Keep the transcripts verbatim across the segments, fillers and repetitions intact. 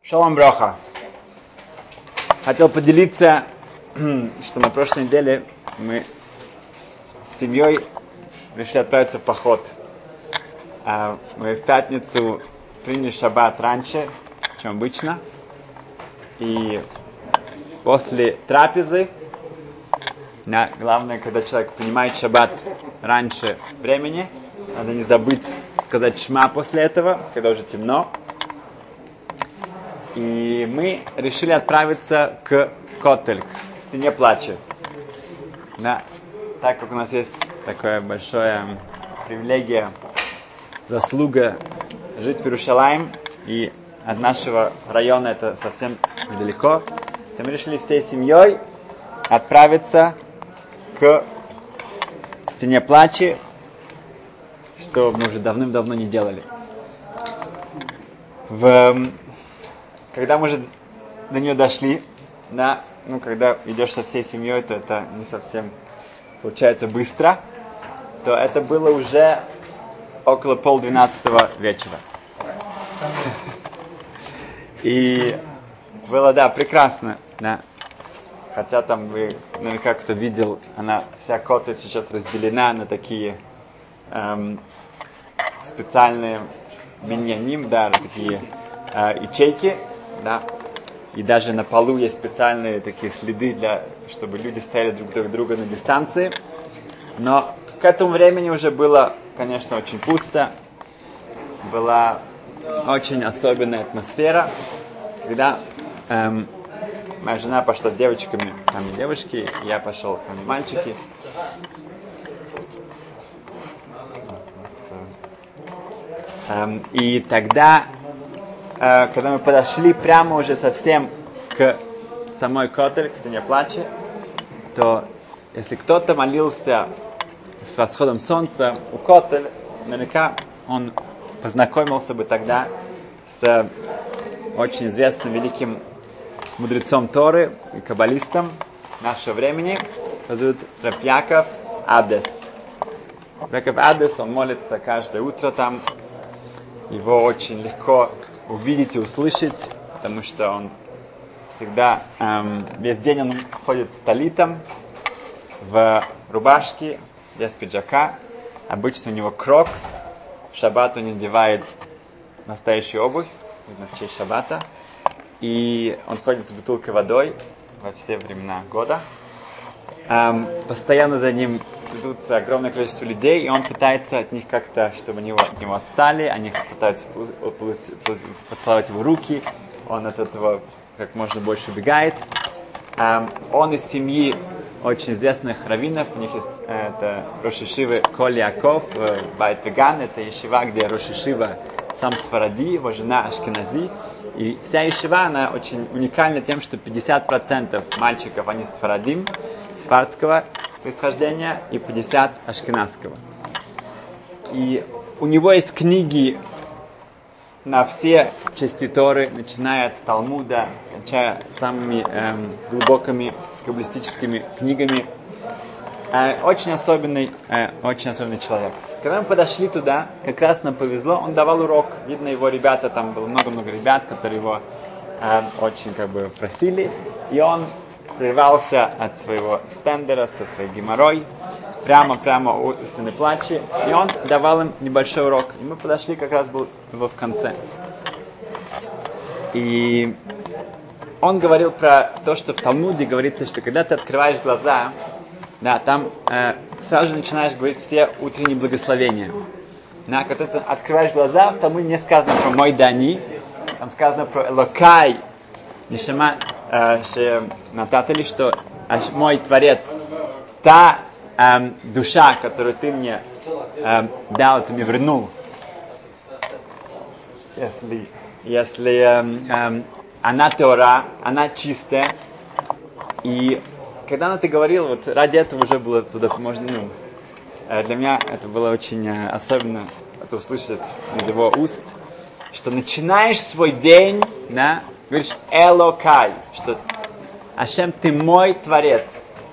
Шалом броха. Хотел поделиться, что на прошлой неделе мы с семьей решили отправиться в поход. Мы в пятницу приняли шаббат раньше, чем обычно. И после трапезы, главное, когда человек принимает шаббат раньше времени, надо не забыть сказать шма после этого, когда уже темно. И мы решили отправиться к Котель, к стене плача. Да, так как у нас есть такая большая привилегия, заслуга жить в Иерусалиме, и от нашего района это совсем недалеко, то мы решили всей семьей отправиться к стене плача, что мы уже давным-давно не делали. В... Когда мы уже до нее дошли, да, ну, когда идешь со всей семьей, то это не совсем получается быстро, то это было уже около полдвенадцатого вечера. И было, да, прекрасно, да. Хотя там вы, наверняка кто видел, она вся Котель сейчас разделена на такие эм, специальные миньяним, да, такие э, ячейки. Да. И даже на полу есть специальные такие следы, для, чтобы люди стояли друг друг друга на дистанции. Но к этому времени уже было, конечно, очень пусто. Была очень особенная атмосфера, когда эм, моя жена пошла с девочками, там и девушки, и я пошел, там и мальчики. Эм, и тогда... Когда мы подошли прямо уже совсем к самой Котель, к стене плача, то если кто-то молился с восходом солнца у Котель, наверняка он познакомился бы тогда с очень известным великим мудрецом Торы и каббалистом нашего времени, его зовут Рав Яков Адес. Рав Яков Адес, он молится каждое утро там, его очень легко увидеть и услышать, потому что он всегда, эм, весь день он ходит с талитом, в рубашке, без пиджака. Обычно у него крокс, в шаббат он надевает настоящую обувь, видно, в честь шаббата. И он ходит с бутылкой водой во все времена года. Эм, постоянно за ним ведутся огромное количество людей, и он пытается от них как-то, чтобы они от него отстали, они пытаются поцеловать его руки, он от этого как можно больше убегает. Эм, он из семьи очень известных раввинов, у них есть э, это Рош Ешива Коль Яков, э, Байт Веган, это ешива, где Рош Ешива сам Сфаради, его жена Ашкенази. И вся ешива, она очень уникальна тем, что пятьдесят процентов мальчиков, они сфарадим, сфардского происхождения, и пятьдесят ашкеназского. И у него есть книги на все части Торы, начиная от Талмуда, кончая самыми эм, глубокими каббалистическими книгами. Э, очень особенный, э, очень особенный человек. Когда мы подошли туда, как раз нам повезло, он давал урок. Видно, его ребята, там было много-много ребят, которые его э, очень как бы просили. И он прервался от своего стендера со своей геморрой, прямо-прямо у стены плача. И он давал им небольшой урок. И мы подошли, как раз был его в конце. И он говорил про то, что в Талмуде говорится, что когда ты открываешь глаза, да, там э, сразу же начинаешь говорить все утренние благословения. Да, когда ты открываешь глаза, в Талмуде не сказано про мой дани, там сказано про Элокай, Нишама э, Нататали, что мой Творец, та э, душа, которую ты мне э, дал, ты мне вернул. Если, если э, э, она теора, она чистая, и когда она это говорила, вот ради этого уже было туда, можно, ну, для меня это было очень особенно это услышать из его уст, что начинаешь свой день, да, говоришь Элокай, что Ашем, ты мой Творец,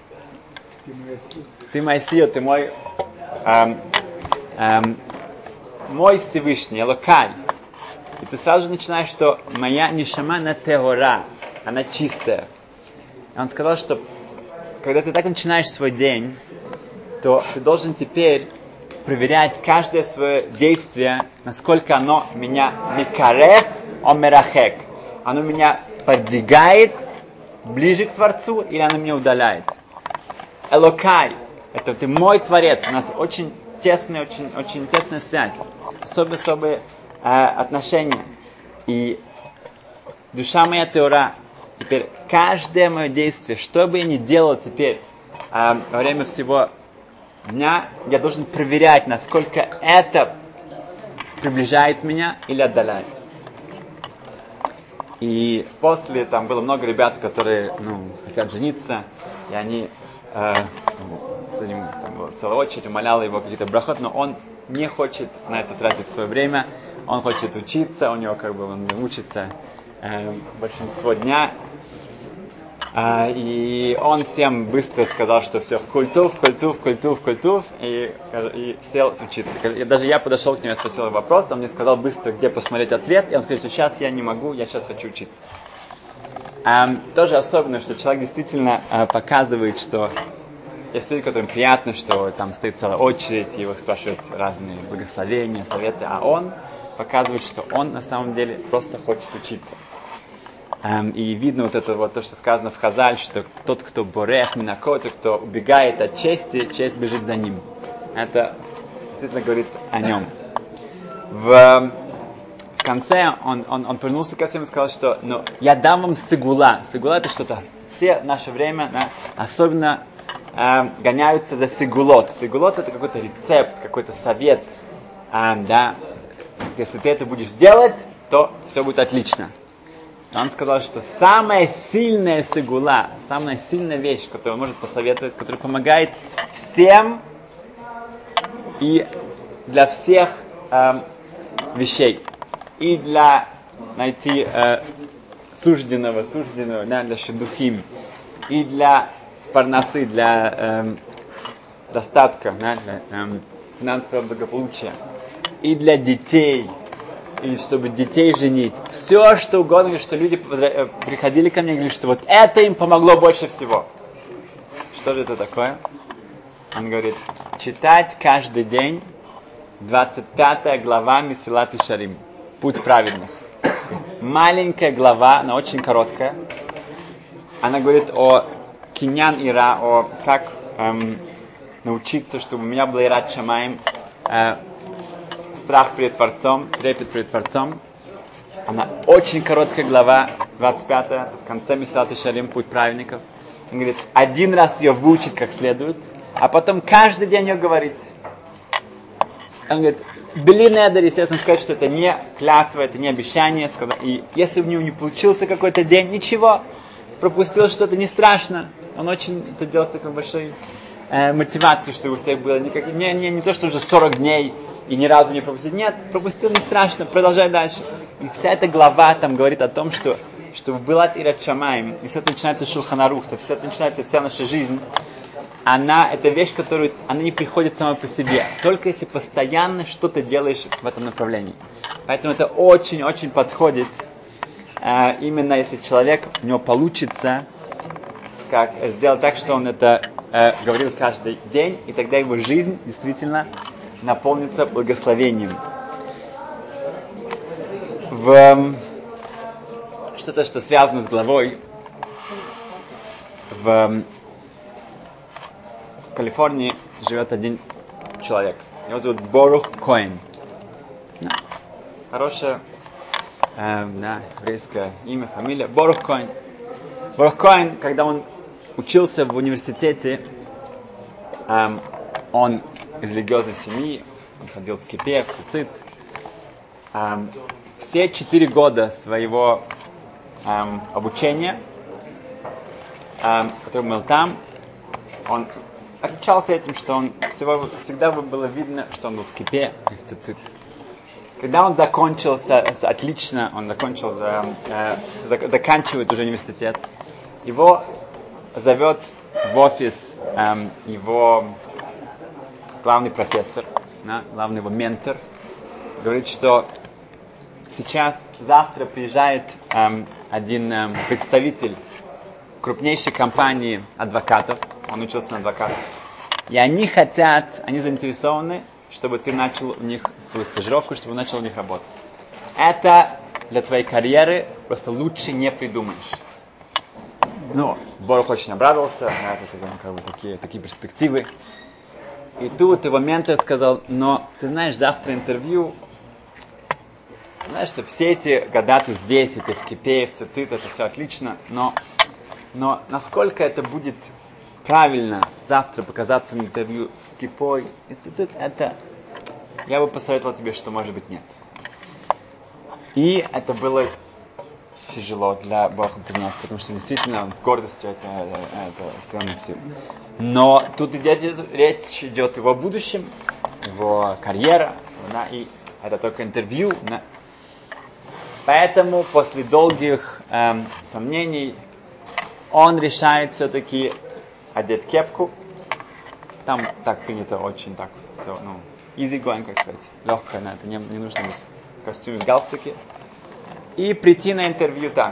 ты мой сила, ты мой эм, эм, мой Всевышний, Элокай. И ты сразу же начинаешь, что моя нишама, она теора, она чистая. Он сказал, что когда ты так начинаешь свой день, то ты должен теперь проверять каждое свое действие, насколько оно меня микарев омерахек. Оно меня подвигает ближе к Творцу или оно меня удаляет. Элокай, это ты мой Творец. У нас очень тесная, очень, очень тесная связь. Особые, особые э, отношения. И душа моя теора. Теперь каждое мое действие, что бы я ни делал теперь э, во время всего дня, я должен проверять, насколько это приближает меня или отдаляет. И после там было много ребят, которые ну, хотят жениться, и они э, с ним там, была целая очередь, умоляла его какие-то брахот, но он не хочет на это тратить свое время, он хочет учиться, у него как бы он учится э, большинство дня. А, и он всем быстро сказал, что все, культув, культув, культув, культув, и, и сел учиться. И даже я подошел к нему, я спросил его вопрос, он мне сказал быстро, где посмотреть ответ, и он сказал, что сейчас я не могу, я сейчас хочу учиться. А, тоже особенно, что человек действительно а, показывает, что есть люди, которым приятно, что там стоит целая очередь, его спрашивают разные благословения, советы, а он показывает, что он на самом деле просто хочет учиться. Um, и видно вот это вот то, что сказано в Хазаль, что тот, кто борех минако, тот, кто убегает от чести, честь бежит за ним. Это действительно говорит о нем. В, в конце он, он, он повернулся ко всем и сказал, что ну, я дам вам сигула. Сигула это что-то, все в наше время да, особенно э, гоняются за сигулот. Сигулот это какой-то рецепт, какой-то совет. Э, да. Если ты это будешь делать, то все будет отлично. Он сказал, что самая сильная сигула, самая сильная вещь, которую он может посоветовать, которая помогает всем и для всех э, вещей. И для найти э, сужденного, сужденного, да, для шедухим, и для парнасы, для э, достатка, да, для э, финансового благополучия, и для детей, или чтобы детей женить. Все, что угодно, что люди приходили ко мне и говорили, что вот это им помогло больше всего. Что же это такое? Он говорит, читать каждый день двадцать пятая глава Месилат Ишарим. Путь праведных. Маленькая глава, она очень короткая. Она говорит о кинян ира, о как эм, научиться, чтобы у меня был ират шамаим, э, страх перед Творцом, трепет перед Творцом. Она очень короткая глава, двадцать пятая, в конце Месилат Ишарим, путь праведников. Он говорит, один раз ее выучить как следует, а потом каждый день ее говорить. Он говорит, бели недер, естественно, сказать, что это не клятва, это не обещание. И если у него не получился какой-то день, ничего, пропустил что-то, не страшно. Он очень это делал с такой большой э, мотивацией, чтобы у всех было никак, не, не, не то, что уже сорок дней и ни разу не пропустил. Нет, пропустил, не страшно, продолжай дальше. И вся эта глава там говорит о том, что чтобы была ират шамаим, и с этого начинается Шулхан Арух, с этого начинается вся наша жизнь. Она, это вещь, которую, она не приходит сама по себе. Только если постоянно что-то делаешь в этом направлении. Поэтому это очень-очень подходит, э, именно если человек, у него получится, как сделать так, что он это э, говорил каждый день, и тогда его жизнь действительно наполнится благословением. В, э, что-то, что связано с главой, в В Калифорнии живет один человек. Его зовут Борух Коэн. Да. Хорошее э, да, еврейское имя, фамилия. Борух Коэн. Борух Коэн, когда он учился в университете, э, он из религиозной семьи, он ходил в кипе, в цицит. Э, все четыре года своего э, обучения, э, который был там, он отличался этим, что он всего, всегда было видно, что он был в кипе и в цицит. Когда он закончился отлично, он закончил, за, э, заканчивает уже университет, его зовет в офис э, его главный профессор, да, главный его ментор, говорит, что сейчас, завтра приезжает эм, один эм, представитель крупнейшей компании адвокатов, он учился на адвоката, и они хотят, они заинтересованы, чтобы ты начал у них свою стажировку, чтобы начал у них работать. Это для твоей карьеры просто лучше не придумаешь. Ну, Борух очень обрадовался, да, это как бы такие, такие перспективы. И тут в момент я сказал, но ты знаешь, завтра интервью, знаешь, что все эти года ты здесь, и ты в Кипе, в Цицит, это все отлично, но, но насколько это будет правильно завтра показаться на интервью с Кипой и Цицит, это я бы посоветовал тебе, что может быть нет. И это было тяжело для Бога принять, потому что действительно он с гордостью это, это все носил. Но тут идет, речь идет о его будущем, его карьера, да, и это только интервью. Да. Поэтому после долгих эм, сомнений он решает все-таки одеть кепку. Там так принято очень так все, ну, easy going, как сказать, легкое, на это не, не нужно быть в костюме, в галстуке. И прийти на интервью так.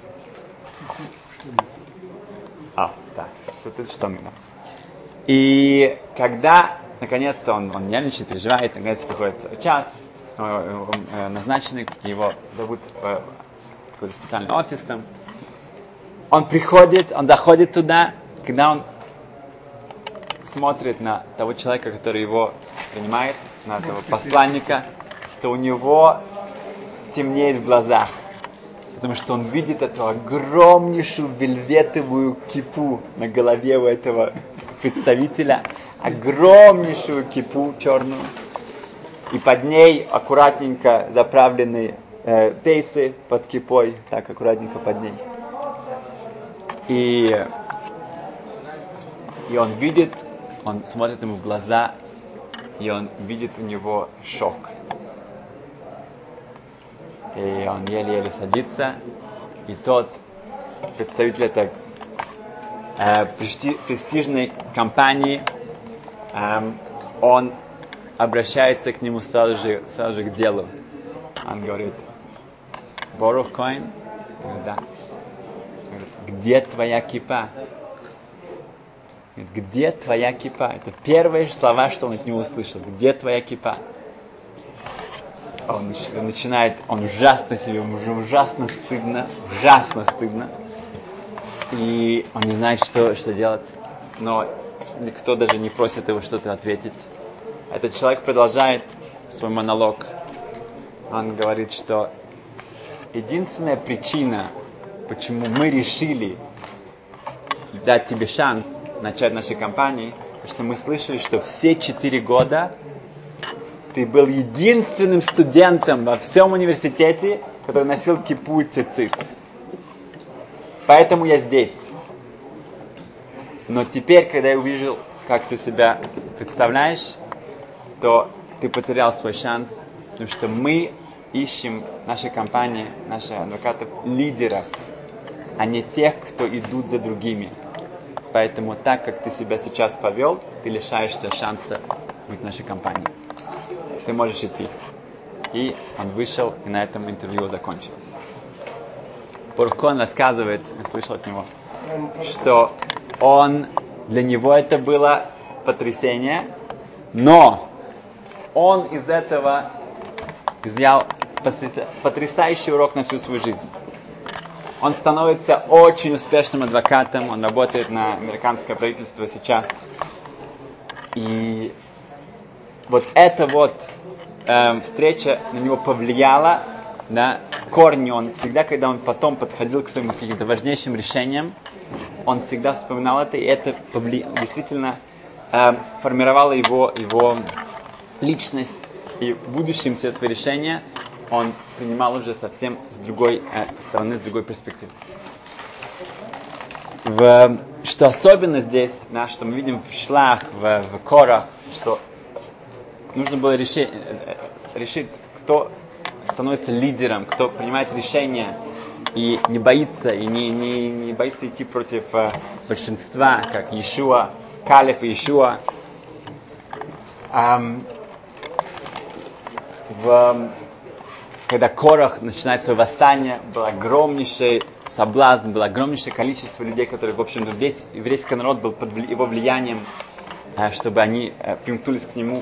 А, да, это штаны, да. И когда, наконец-то, он, он нервничает, переживает, наконец приходит час, э, э, назначенный, его зовут в какой-то специальный офис там. Он приходит, он заходит туда, когда он смотрит на того человека, который его принимает, на этого посланника, то у него темнеет в глазах, потому что он видит эту огромнейшую вельветовую кипу на голове у этого представителя, огромнейшую кипу черную, и под ней аккуратненько заправленные э, пейсы под кипой, так аккуратненько под ней. И, и он видит, он смотрит ему в глаза, и он видит у него шок. И он еле-еле садится, и тот представитель этой э, престижной компании, э, он обращается к нему сразу же, сразу же к делу. Он говорит: Борух Коэн? Да. Где твоя кипа? Где твоя кипа? Это первые слова, что он от него услышал. Где твоя кипа? Он начинает, он ужасно себе, уже ужасно стыдно, ужасно стыдно. И он не знает, что, что делать. Но никто даже не просит его что-то ответить. Этот человек продолжает свой монолог. Он говорит, что единственная причина, почему мы решили дать тебе шанс начать нашей компании, потому что мы слышали, что все четыре года ты был единственным студентом во всем университете, который носил кипу и цицит. Поэтому я здесь. Но теперь, когда я увидел, как ты себя представляешь, то ты потерял свой шанс, потому что мы ищем, наша компания, наши адвокаты, лидеров, а не тех, кто идут за другими. Поэтому так, как ты себя сейчас повел, ты лишаешься шанса быть в нашей компании. Ты можешь идти. И он вышел, и на этом интервью закончилось. Борух Коэн рассказывает, я слышал от него, что он, для него это было потрясение, но он из этого взял потрясающий урок на всю свою жизнь. Он становится очень успешным адвокатом, он работает на американское правительство сейчас. И вот эта вот э, встреча на него повлияла, да, в корне. Он всегда, когда он потом подходил к своим каким-то важнейшим решениям, он всегда вспоминал это, и это повли... действительно э, формировало его, его личность, и в будущем все свои решения он принимал уже совсем с другой э, стороны, с другой перспективы. В, что особенно здесь, да, что мы видим в шлах, в, в корах, что нужно было решить, решить, кто становится лидером, кто принимает решения и не боится, и не, не, не боится идти против э, большинства, как Иешуа, Калев и Иешуа. Эм, в, когда Корах начинает свое восстание, был огромнейший соблазн, было огромнейшее количество людей, которые, в общем-то, весь еврейский народ был под его влиянием, чтобы они примкнулись к нему.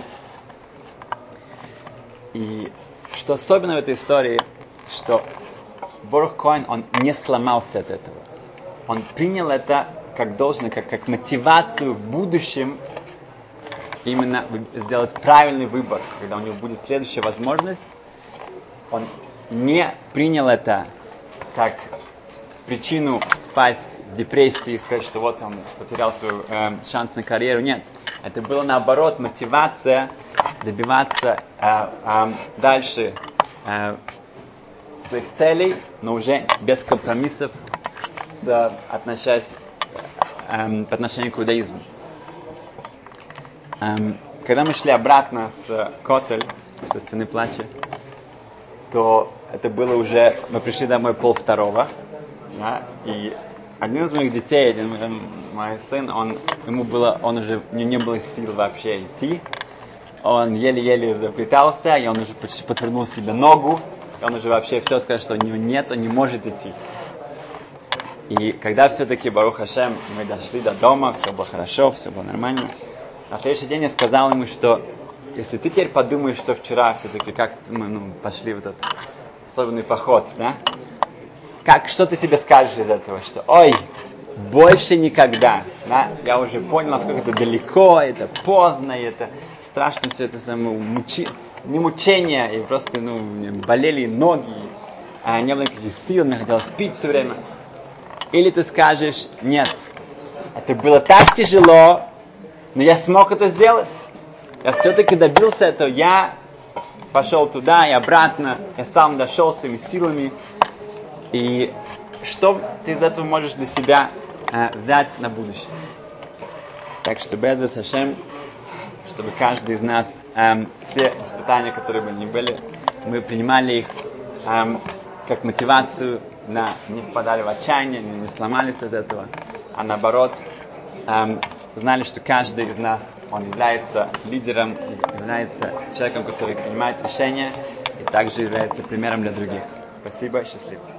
И что особенно в этой истории, что Борух Коэн, он не сломался от этого. Он принял это как должное, как, как мотивацию в будущем именно сделать правильный выбор, когда у него будет следующая возможность. Он не принял это как причину впасть в депрессию и сказать, что вот он потерял свой э, шанс на карьеру. Нет, это было наоборот мотивация добиваться э, э, дальше э, своих целей, но уже без компромиссов, с, относясь, э, по отношению к иудаизму. Э, когда мы шли обратно с Котель, со стены плача, то это было уже, мы пришли домой пол второго, да, и один из моих детей, один, мой сын, он, ему было, он уже, у него не было сил вообще идти, он еле-еле заплетался, и он уже почти подвернул себе ногу, и он уже вообще все сказал, что у него нет, он не может идти. И когда все-таки, Барух Ашем, мы дошли до дома, все было хорошо, все было нормально, на следующий день я сказал ему, что если ты теперь подумаешь, что вчера все-таки как мы ну, пошли в этот особенный поход, да? Как, что ты себе скажешь из этого? Что, ой, больше никогда, да? Я уже понял, насколько это далеко, это поздно, и это страшно все это самое, мучи... не мучение, и просто, ну, болели ноги, а не было никаких сил, мне хотелось пить все время. Или ты скажешь, нет, это было так тяжело, но я смог это сделать. Я все-таки добился этого, я пошел туда и обратно, я сам дошел своими силами. И что ты из этого можешь для себя э, взять на будущее? Так что Безос Ашем, чтобы каждый из нас, э, все испытания, которые бы ни были, мы принимали их э, как мотивацию, на, не впадали в отчаяние, не, не сломались от этого, а наоборот, э, знали, что каждый из нас, он является лидером, является человеком, который принимает решения и также является примером для других. Спасибо, счастливо.